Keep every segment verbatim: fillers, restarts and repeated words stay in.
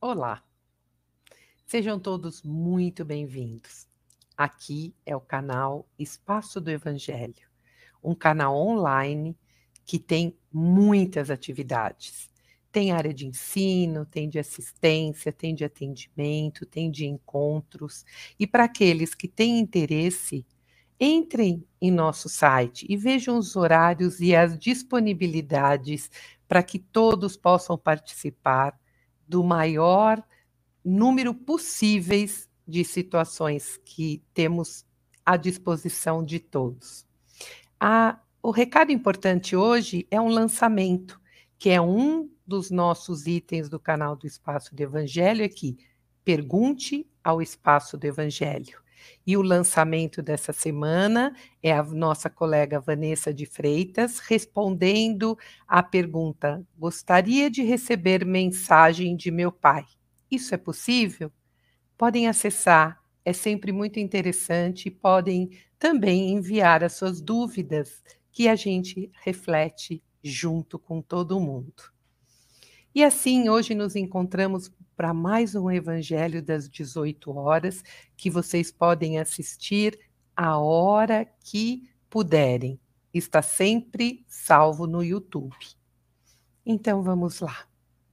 Olá, sejam todos muito bem-vindos. Aqui é o canal Espaço do Evangelho, um canal online que tem muitas atividades. Tem área de ensino, tem de assistência, tem de atendimento, tem de encontros. E para aqueles que têm interesse, entrem em nosso site e vejam os horários e as disponibilidades para que todos possam participar do maior número possíveis de situações que temos à disposição de todos. A, o recado importante hoje é um lançamento, que é um dos nossos itens do canal do Espaço do Evangelho aqui. Pergunte ao Espaço do Evangelho. E o lançamento dessa semana é a nossa colega Vanessa de Freitas respondendo à pergunta: gostaria de receber mensagem de meu pai. Isso é possível? Podem acessar, é sempre muito interessante, e podem também enviar as suas dúvidas, que a gente reflete junto com todo mundo. E assim, hoje nos encontramos para mais um Evangelho das dezoito horas, que vocês podem assistir a hora que puderem. Está sempre salvo no YouTube. Então vamos lá.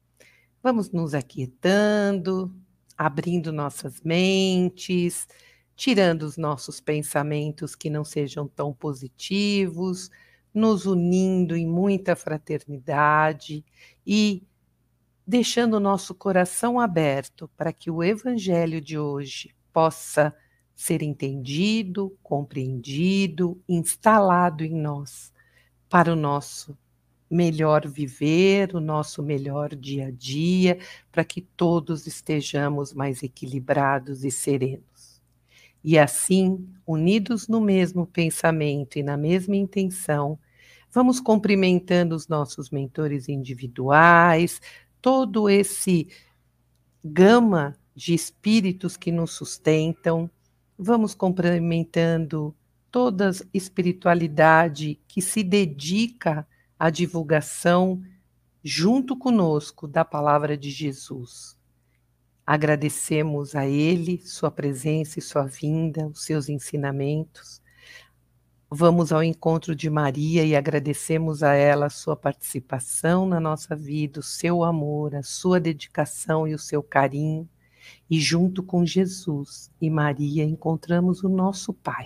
Vamos nos aquietando, abrindo nossas mentes, tirando os nossos pensamentos que não sejam tão positivos, nos unindo em muita fraternidade e deixando o nosso coração aberto para que o Evangelho de hoje possa ser entendido, compreendido, instalado em nós, para o nosso melhor viver, o nosso melhor dia a dia, para que todos estejamos mais equilibrados e serenos. E assim, unidos no mesmo pensamento e na mesma intenção, vamos cumprimentando os nossos mentores individuais, todo esse gama de espíritos que nos sustentam, vamos cumprimentando toda a espiritualidade que se dedica à divulgação, junto conosco, da palavra de Jesus. Agradecemos a Ele, sua presença e sua vinda, os seus ensinamentos. Vamos ao encontro de Maria e agradecemos a ela a sua participação na nossa vida, o seu amor, a sua dedicação e o seu carinho. E junto com Jesus e Maria encontramos o nosso Pai,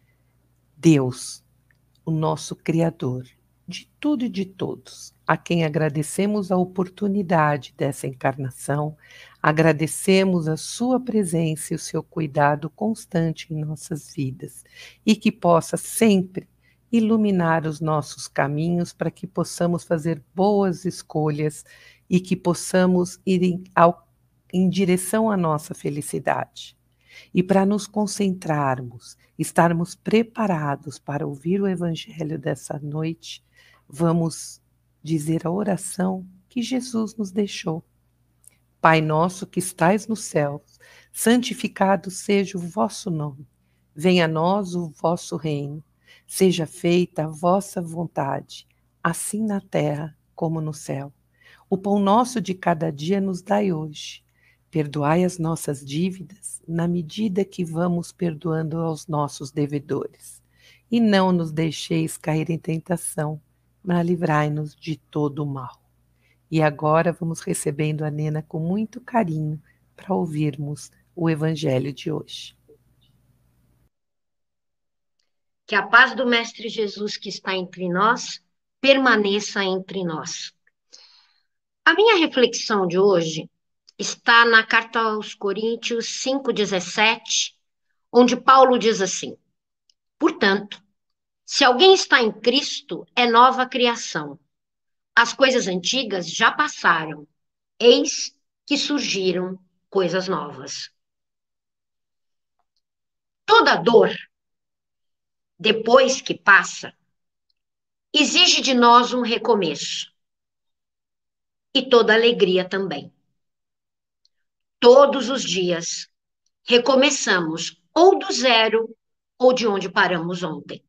Deus, o nosso Criador de tudo e de todos, a quem agradecemos a oportunidade dessa encarnação, agradecemos a sua presença e o seu cuidado constante em nossas vidas, e que possa sempre iluminar os nossos caminhos para que possamos fazer boas escolhas e que possamos ir em, ao, em direção à nossa felicidade. E para nos concentrarmos, estarmos preparados para ouvir o Evangelho dessa noite, vamos dizer a oração que Jesus nos deixou. Pai nosso que estais nos céus, santificado seja o vosso nome. Venha a nós o vosso reino. Seja feita a vossa vontade, assim na terra como no céu. O pão nosso de cada dia nos dai hoje. Perdoai as nossas dívidas, na medida que vamos perdoando aos nossos devedores. E não nos deixeis cair em tentação, mas livrai-nos de todo o mal. E agora vamos recebendo a Nena com muito carinho para ouvirmos o Evangelho de hoje. Que a paz do Mestre Jesus que está entre nós, permaneça entre nós. A minha reflexão de hoje está na carta aos Coríntios cinco, dezessete, onde Paulo diz assim: portanto, se alguém está em Cristo, é nova criação. As coisas antigas já passaram, eis que surgiram coisas novas. Toda dor, depois que passa, exige de nós um recomeço. E toda alegria também. Todos os dias, recomeçamos ou do zero ou de onde paramos ontem.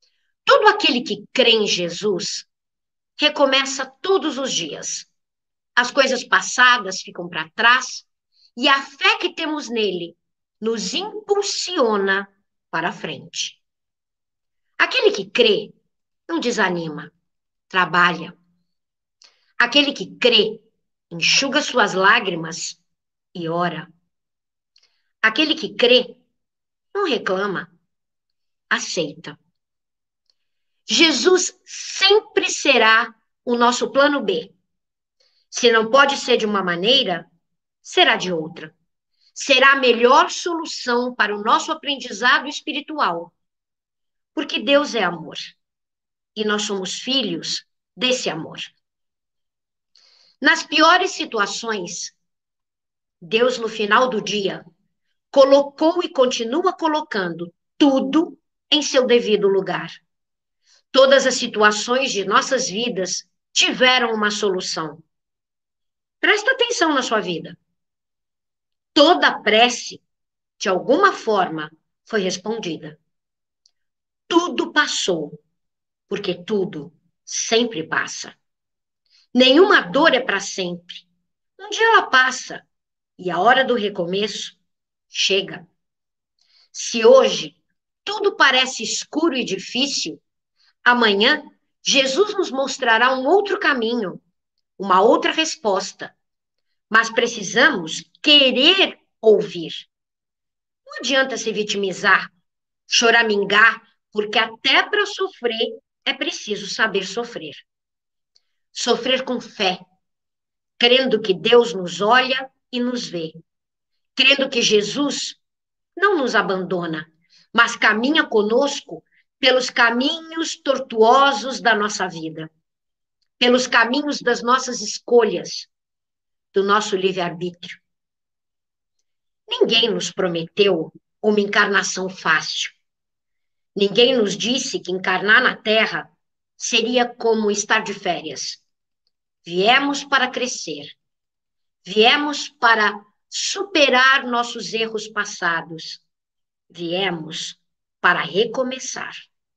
Todo aquele que crê em Jesus recomeça todos os dias. as coisas passadas ficam para trás e a fé que temos nele nos impulsiona para a frente. Aquele que crê não desanima, trabalha. Aquele que crê enxuga suas lágrimas e ora. Aquele que crê não reclama, aceita. Jesus sempre será o nosso plano B. Se não pode ser de uma maneira, será de outra. Será a melhor solução para o nosso aprendizado espiritual. Porque Deus é amor. E nós somos filhos desse amor. Nas piores situações, Deus, no final do dia, colocou e continua colocando tudo em seu devido lugar. Todas as situações de nossas vidas tiveram uma solução. Presta atenção na sua vida. Toda prece, de alguma forma, foi respondida. Tudo passou, porque tudo sempre passa. Nenhuma dor é para sempre. Um dia ela passa e a hora do recomeço chega. Se hoje tudo parece escuro e difícil, amanhã Jesus nos mostrará um outro caminho, uma outra resposta. Mas precisamos querer ouvir. Não adianta se vitimizar, choramingar, porque até para sofrer é preciso saber sofrer. Sofrer com fé, crendo que Deus nos olha e nos vê, crendo que Jesus não nos abandona, mas caminha conosco pelos caminhos tortuosos da nossa vida, pelos caminhos das nossas escolhas, do nosso livre-arbítrio. Ninguém nos prometeu uma encarnação fácil. Ninguém nos disse que encarnar na Terra seria como estar de férias. Viemos para crescer. Viemos para superar nossos erros passados. Viemos para recomeçar.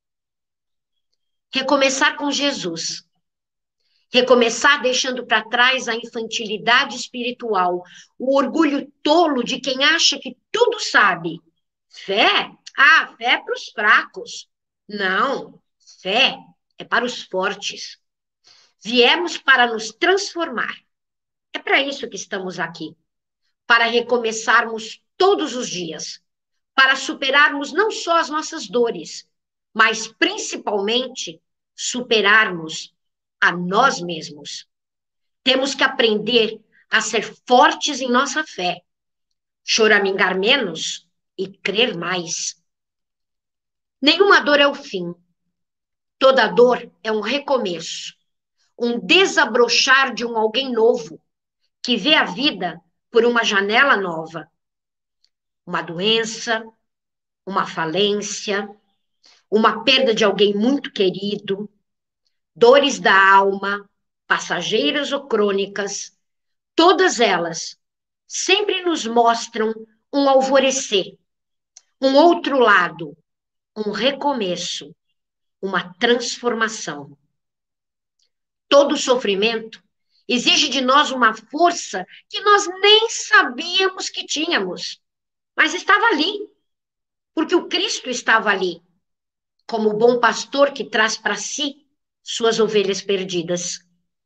Recomeçar com Jesus. Recomeçar deixando para trás a infantilidade espiritual, o orgulho tolo de quem acha que tudo sabe. Fé? Ah, fé é para os fracos. Não, fé é para os fortes. Viemos para nos transformar. É para isso que estamos aqui. Para recomeçarmos todos os dias. Para superarmos não só as nossas dores, mas principalmente superarmos a nós mesmos. Temos que aprender a ser fortes em nossa fé, choramingar menos e crer mais. Nenhuma dor é o fim. Toda dor é um recomeço, um desabrochar de um alguém novo, que vê a vida por uma janela nova. Uma doença, uma falência, uma perda de alguém muito querido, dores da alma, passageiras ou crônicas, todas elas sempre nos mostram um alvorecer, um outro lado, um recomeço, uma transformação. Todo sofrimento exige de nós uma força que nós nem sabíamos que tínhamos, mas estava ali, porque o Cristo estava ali, como o bom pastor que traz para si suas ovelhas perdidas.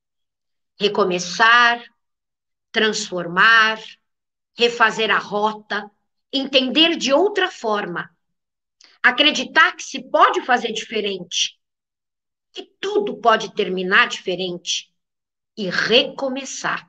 Recomeçar, transformar, refazer a rota, entender de outra forma, acreditar que se pode fazer diferente, que tudo pode terminar diferente e recomeçar.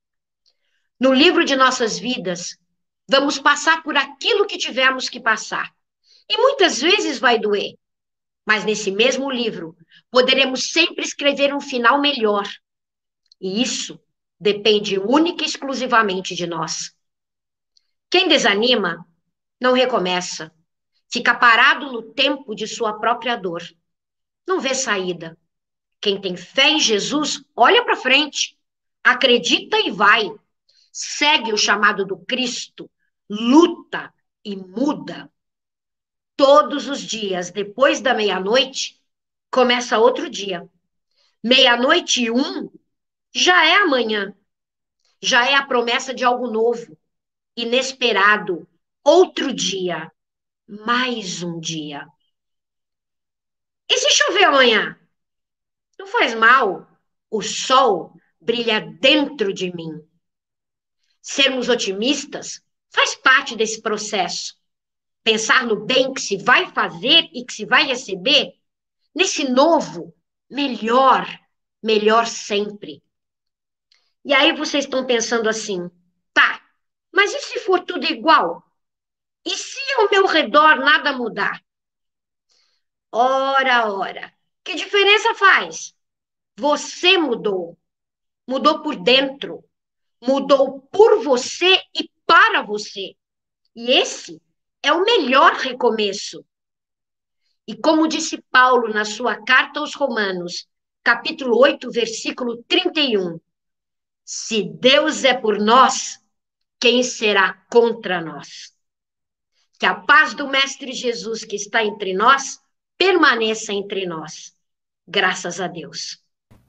No livro de nossas vidas, vamos passar por aquilo que tivemos que passar. E muitas vezes vai doer, mas nesse mesmo livro poderemos sempre escrever um final melhor. E isso depende única e exclusivamente de nós. Quem desanima, não recomeça. Fica parado no tempo de sua própria dor. Não vê saída. Quem tem fé em Jesus, olha para frente. Acredita e vai. Segue o chamado do Cristo. Luta e muda. Todos os dias, depois da meia-noite, começa outro dia. Meia-noite e um já é amanhã. já é a promessa de algo novo, inesperado, outro dia, mais um dia. E se chover amanhã? Não faz mal, o sol brilha dentro de mim. Sermos otimistas faz parte desse processo. Pensar no bem que se vai fazer e que se vai receber, nesse novo, melhor, melhor sempre. E aí vocês estão pensando assim, tá, mas e se for tudo igual? E se ao meu redor nada mudar? Ora, ora, que diferença faz? Você mudou, mudou por dentro, mudou por você e para você. E esse é o melhor recomeço. E como disse Paulo na sua carta aos Romanos, capítulo oito, versículo trinta e um, se Deus é por nós, quem será contra nós? Que a paz do Mestre Jesus que está entre nós permaneça entre nós. Graças a Deus.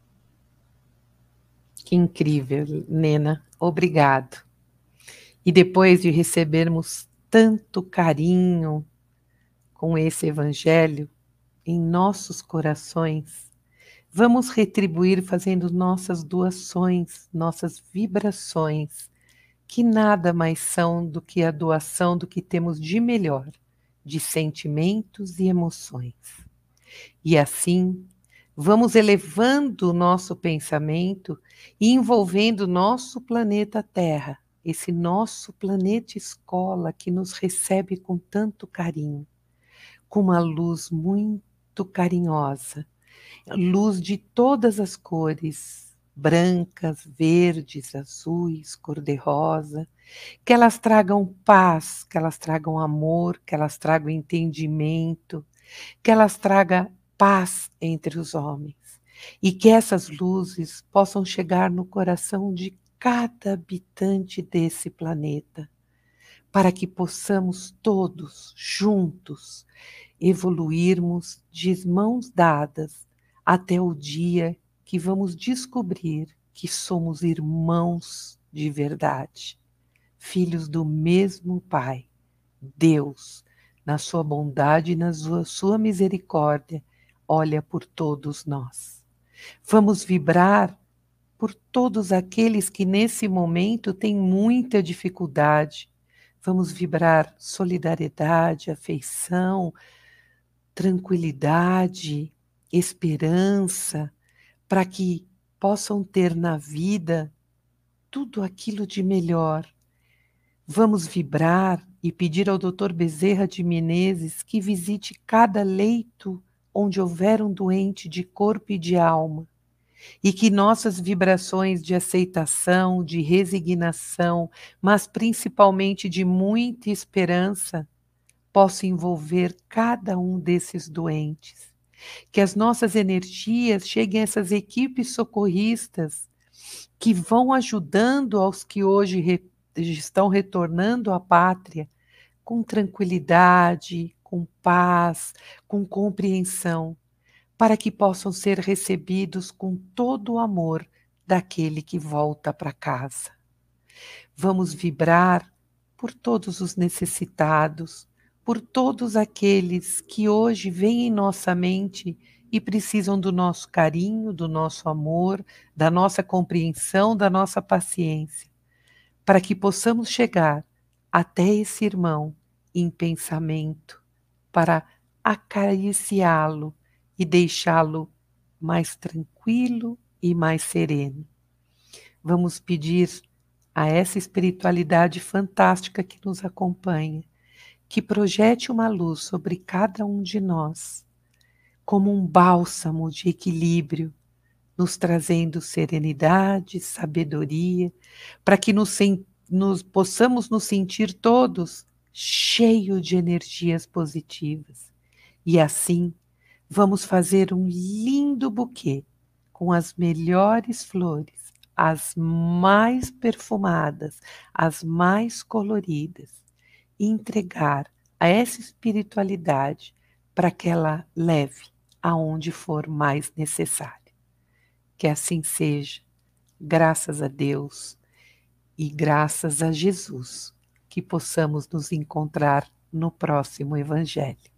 Que incrível, Nena. Obrigado. E depois de recebermos tanto carinho com esse evangelho em nossos corações, vamos retribuir fazendo nossas doações, nossas vibrações, que nada mais são do que a doação do que temos de melhor, de sentimentos e emoções. E assim, vamos elevando o nosso pensamento e envolvendo o nosso planeta Terra, esse nosso planeta escola que nos recebe com tanto carinho, com uma luz muito carinhosa, luz de todas as cores, brancas, verdes, azuis, cor-de-rosa, que elas tragam paz, que elas tragam amor, que elas tragam entendimento, que elas tragam paz entre os homens e que essas luzes possam chegar no coração de cada habitante desse planeta, para que possamos todos juntos evoluirmos de mãos dadas até o dia que vamos descobrir que somos irmãos de verdade, filhos do mesmo Pai, Deus, na sua bondade e na sua, sua misericórdia, olha por todos nós. Vamos vibrar por todos aqueles que nesse momento têm muita dificuldade. Vamos vibrar solidariedade, afeição, tranquilidade, esperança, para que possam ter na vida tudo aquilo de melhor. Vamos vibrar e pedir ao doutor Bezerra de Menezes que visite cada leito onde houver um doente de corpo e de alma, e que nossas vibrações de aceitação, de resignação, mas principalmente de muita esperança, possam envolver cada um desses doentes. Que as nossas energias cheguem a essas equipes socorristas que vão ajudando aos que hoje re- estão retornando à pátria com tranquilidade, com paz, com compreensão, para que possam ser recebidos com todo o amor daquele que volta para casa. Vamos vibrar por todos os necessitados, por todos aqueles que hoje vêm em nossa mente e precisam do nosso carinho, do nosso amor, da nossa compreensão, da nossa paciência, para que possamos chegar até esse irmão em pensamento, para acariciá-lo e deixá-lo mais tranquilo e mais sereno. Vamos pedir a essa espiritualidade fantástica que nos acompanha, que projete uma luz sobre cada um de nós, como um bálsamo de equilíbrio, nos trazendo serenidade, sabedoria, para que nos, nos possamos nos sentir todos cheios de energias positivas. E assim, vamos fazer um lindo buquê com as melhores flores, as mais perfumadas, as mais coloridas, e entregar a essa espiritualidade para que ela leve aonde for mais necessário. Que assim seja, graças a Deus, e graças a Jesus que possamos nos encontrar no próximo Evangelho.